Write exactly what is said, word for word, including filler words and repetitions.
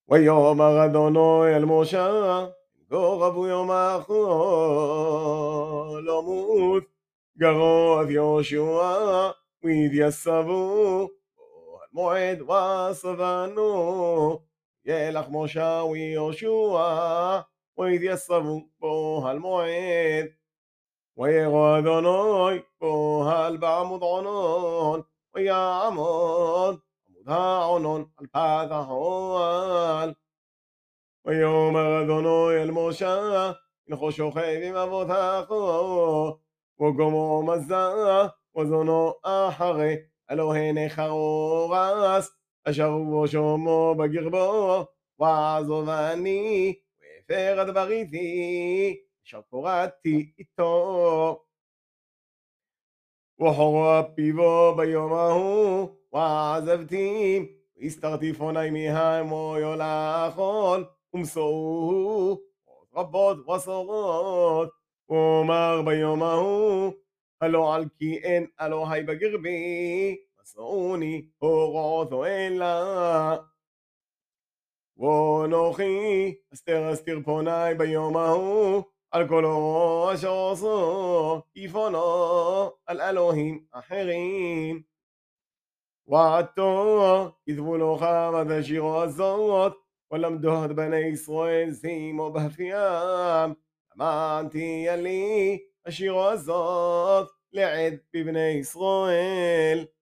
ויאמר אדוני אל משה, כה רבו יום החול, למות גרות יהושע, ויתייסבו אוהל מועד וסבנו, ילך משה ויהושע, ויתייסבו באוהל מועד. וירא אדוני באוהל בעמוד ענן, ויעמוד עמוד הענן על פתח האוהל. ויאמר אדוני אל משה, הלכו שוכב עם אבותיך, וגומו מזה, וזונו אחרי אלוהי נחרורס, אשר הוא שומו בגרבו, ועזובני, והפר את בריתי, אשר קראתי איתו. וחורה פיו ביום ההוא, ועזבתי, והסתרתי פוני מהמו לאכול, ומסעוהו רבות וסורות, ואומר ביום ההוא, הלא על כי אין אלוהי בגרבי, מסעוני הורעותו אלה. ואנוכי אסתר אסתיר פוני ביום ההוא, על כל אורו אשר עשו, יפונו על אלוהים אחרים. ועתו כתבו לו חמת השירו הזאת, ולמדו את בני ישראל שימו בפיהם, למען תהיה לי השירו הזאת לעד בבני ישראל.